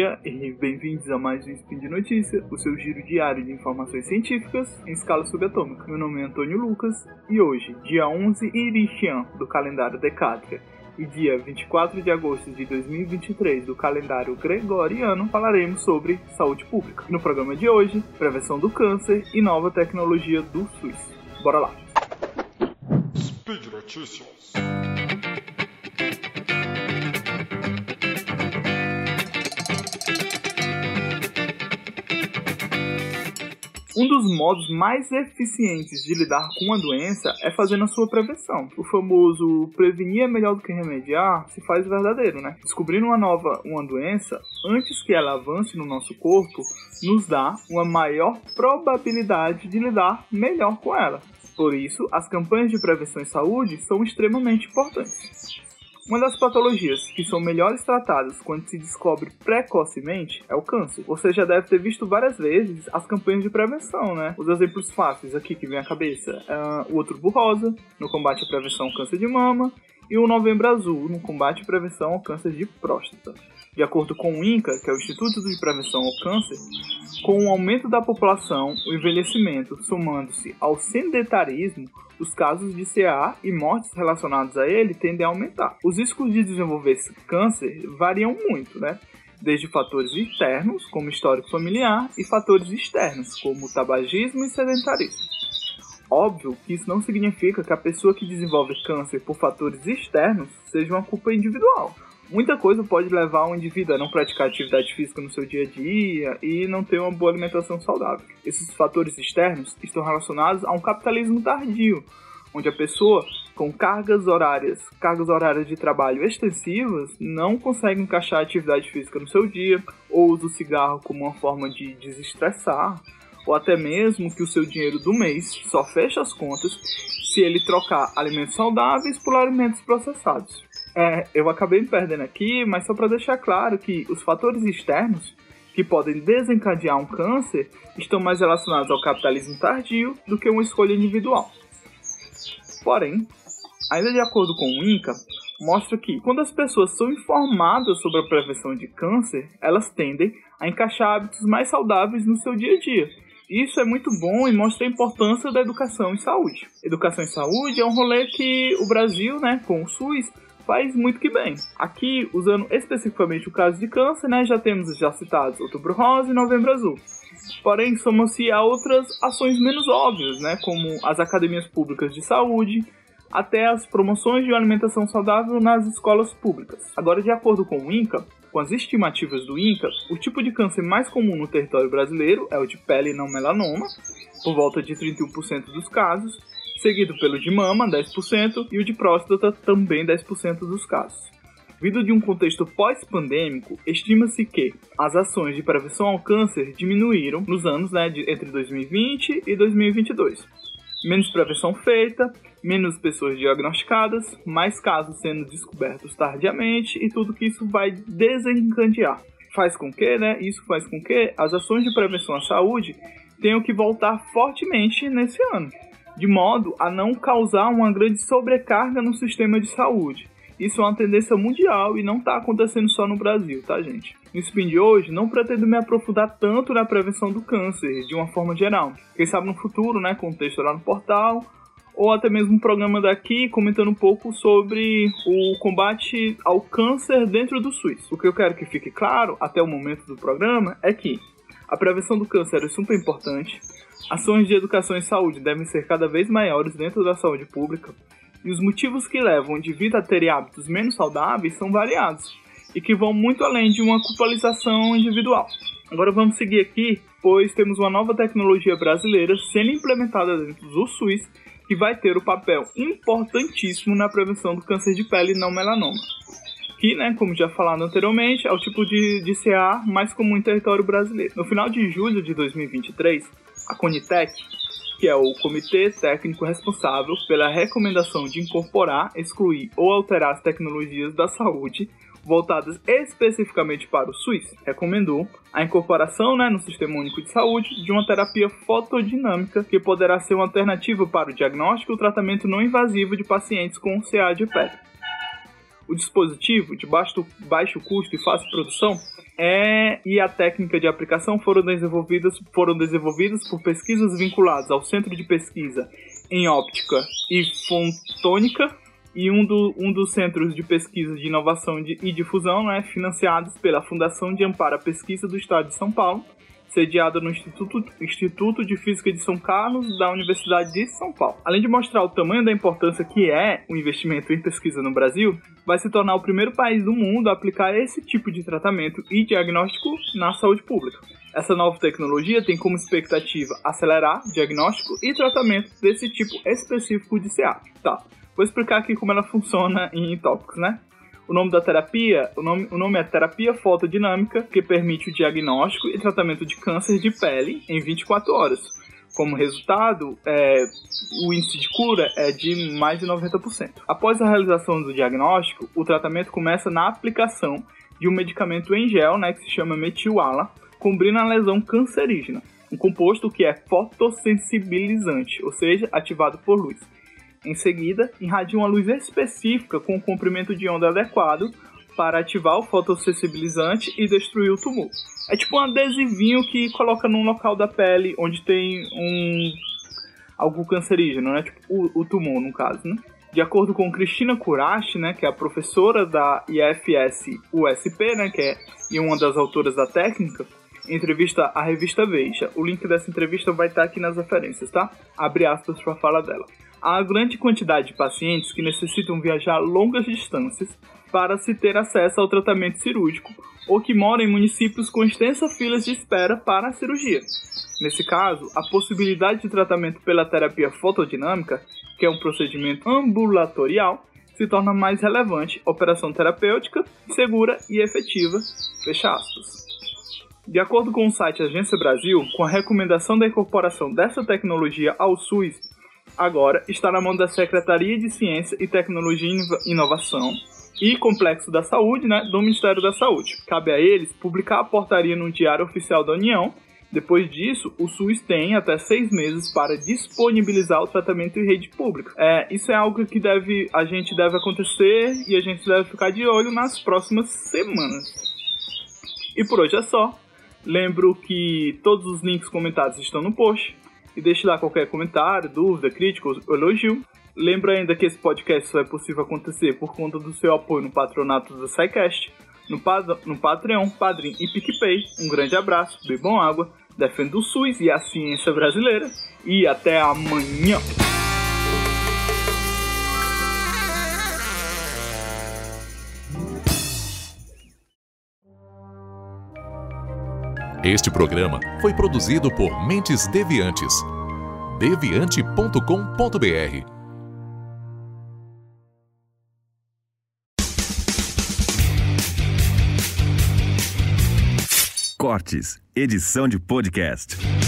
dia e bem-vindos a mais um Spin de Notícia, o seu giro diário de informações científicas em escala subatômica. Meu nome é Antônio Lucas e hoje, dia 11 Irixian do calendário Decátria e dia 24 de agosto de 2023 do calendário Gregoriano, falaremos sobre saúde pública. No programa de hoje, prevenção do câncer e nova tecnologia do SUS. Bora lá! Speed Notícias. Um dos modos mais eficientes de lidar com uma doença é fazendo a sua prevenção. O famoso prevenir é melhor do que remediar se faz verdadeiro, né? Descobrindo uma doença antes que ela avance no nosso corpo nos dá uma maior probabilidade de lidar melhor com ela. Por isso, as campanhas de prevenção em saúde são extremamente importantes. Uma das patologias que são melhores tratadas quando se descobre precocemente é o câncer. Você já deve ter visto várias vezes as campanhas de prevenção, né? Os exemplos fáceis aqui que vem à cabeça é o Outubro Rosa, no combate à prevenção ao câncer de mama, e o Novembro Azul, no combate à prevenção ao câncer de próstata. De acordo com o INCA, que é o Instituto de Prevenção ao Câncer, com o aumento da população, o envelhecimento, somando-se ao sedentarismo, os casos de CA e mortes relacionadas a ele tendem a aumentar. Os riscos de desenvolver câncer variam muito, né? Desde fatores internos, como histórico familiar, e fatores externos, como tabagismo e sedentarismo. Óbvio que isso não significa que a pessoa que desenvolve câncer por fatores externos seja uma culpa individual. Muita coisa pode levar um indivíduo a não praticar atividade física no seu dia a dia e não ter uma boa alimentação saudável. Esses fatores externos estão relacionados a um capitalismo tardio, onde a pessoa com cargas horárias de trabalho extensivas não consegue encaixar a atividade física no seu dia, ou usa o cigarro como uma forma de desestressar, ou até mesmo que o seu dinheiro do mês só fecha as contas se ele trocar alimentos saudáveis por alimentos processados. Eu acabei me perdendo aqui, mas só para deixar claro que os fatores externos que podem desencadear um câncer estão mais relacionados ao capitalismo tardio do que uma escolha individual. Porém, ainda de acordo com o INCA, mostra que quando as pessoas são informadas sobre a prevenção de câncer, elas tendem a encaixar hábitos mais saudáveis no seu dia a dia. Isso é muito bom e mostra a importância da educação em saúde. Educação em saúde é um rolê que o Brasil, né, com o SUS, faz muito que bem. Aqui, usando especificamente o caso de câncer, né, já temos os já citados Outubro Rosa e Novembro Azul. Porém, somam-se a outras ações menos óbvias, né, como as academias públicas de saúde, até as promoções de uma alimentação saudável nas escolas públicas. Agora, de acordo com o INCA, com as estimativas do INCA, o tipo de câncer mais comum no território brasileiro é o de pele não melanoma, por volta de 31% dos casos, seguido pelo de mama, 10%, e o de próstata, também 10% dos casos. Vindo de um contexto pós-pandêmico, estima-se que as ações de prevenção ao câncer diminuíram nos anos entre 2020 e 2022. Menos prevenção feita, menos pessoas diagnosticadas, mais casos sendo descobertos tardiamente e tudo que isso vai desencadear. Isso faz com que as ações de prevenção à saúde tenham que voltar fortemente nesse ano, de modo a não causar uma grande sobrecarga no sistema de saúde. Isso é uma tendência mundial e não está acontecendo só no Brasil, tá, gente? No Spin de hoje, não pretendo me aprofundar tanto na prevenção do câncer, de uma forma geral. Quem sabe no futuro, né, com texto lá no portal, ou até mesmo um programa daqui comentando um pouco sobre o combate ao câncer dentro do SUS. O que eu quero que fique claro, até o momento do programa, é que a prevenção do câncer é super importante, ações de educação e saúde devem ser cada vez maiores dentro da saúde pública, e os motivos que levam o indivíduo a ter hábitos menos saudáveis são variados, e que vão muito além de uma culpabilização individual. Agora vamos seguir aqui, pois temos uma nova tecnologia brasileira sendo implementada dentro do SUS, que vai ter o papel importantíssimo na prevenção do câncer de pele não melanoma. Que, né, como já falado anteriormente, é o tipo de CA mais comum em território brasileiro. No final de julho de 2023, a Conitec, que é o Comitê Técnico Responsável pela recomendação de incorporar, excluir ou alterar as tecnologias da saúde voltadas especificamente para o SUS, recomendou a incorporação, no Sistema Único de Saúde de uma terapia fotodinâmica que poderá ser uma alternativa para o diagnóstico e o tratamento não invasivo de pacientes com CA de pele. O dispositivo, de baixo custo e fácil produção, e a técnica de aplicação foram desenvolvidas por pesquisas vinculadas ao Centro de Pesquisa em Óptica e Fotônica e um dos centros de pesquisa de inovação e difusão, né, financiados pela Fundação de Amparo à Pesquisa do Estado de São Paulo, sediada no Instituto de Física de São Carlos da Universidade de São Paulo. Além de mostrar o tamanho da importância que é o investimento em pesquisa no Brasil, vai se tornar o primeiro país do mundo a aplicar esse tipo de tratamento e diagnóstico na saúde pública. Essa nova tecnologia tem como expectativa acelerar diagnóstico e tratamento desse tipo específico de CA. Tá, vou explicar aqui como ela funciona em tópicos, né? O nome da terapia, o nome é terapia fotodinâmica, que permite o diagnóstico e tratamento de câncer de pele em 24 horas. Como resultado, o índice de cura é de mais de 90%. Após a realização do diagnóstico, o tratamento começa na aplicação de um medicamento em gel, né, que se chama metil-ALA, cobrindo a lesão cancerígena, um composto que é fotossensibilizante, ou seja, ativado por luz. Em seguida, irradia uma luz específica com um comprimento de onda adequado para ativar o fotossensibilizante e destruir o tumor. É tipo um adesivinho que coloca num local da pele onde tem algo cancerígeno, né? Tipo o tumor, no caso, né? De acordo com Cristina Kurashi, né, que é a professora da IFS-USP, né, e uma das autoras da técnica, em entrevista à revista Veja. O link dessa entrevista vai estar aqui nas referências, tá? Abre aspas para a fala dela. Há grande quantidade de pacientes que necessitam viajar longas distâncias para se ter acesso ao tratamento cirúrgico ou que moram em municípios com extensas filas de espera para a cirurgia. Nesse caso, a possibilidade de tratamento pela terapia fotodinâmica, que é um procedimento ambulatorial, se torna mais relevante, operação terapêutica, segura e efetiva, fecha aspas. De acordo com o site Agência Brasil, com a recomendação da incorporação dessa tecnologia ao SUS, agora está na mão da Secretaria de Ciência e Tecnologia e Inovação e Complexo da Saúde, né, do Ministério da Saúde. Cabe a eles publicar a portaria no Diário Oficial da União. Depois disso, o SUS tem até 6 meses para disponibilizar o tratamento em rede pública. Isso é algo que a gente deve acontecer e a gente deve ficar de olho nas próximas semanas. E por hoje é só. Lembro que todos os links comentados estão no post. E deixe lá qualquer comentário, dúvida, crítica ou elogio. Lembro ainda que esse podcast só é possível acontecer por conta do seu apoio no patronato do SciCast, no Patreon, Padrim e PicPay. Um grande abraço, bebam água, defenda o SUS e a ciência brasileira. E até amanhã! Este programa foi produzido por Mentes Deviantes. deviante.com.br. Cortes, edição de podcast.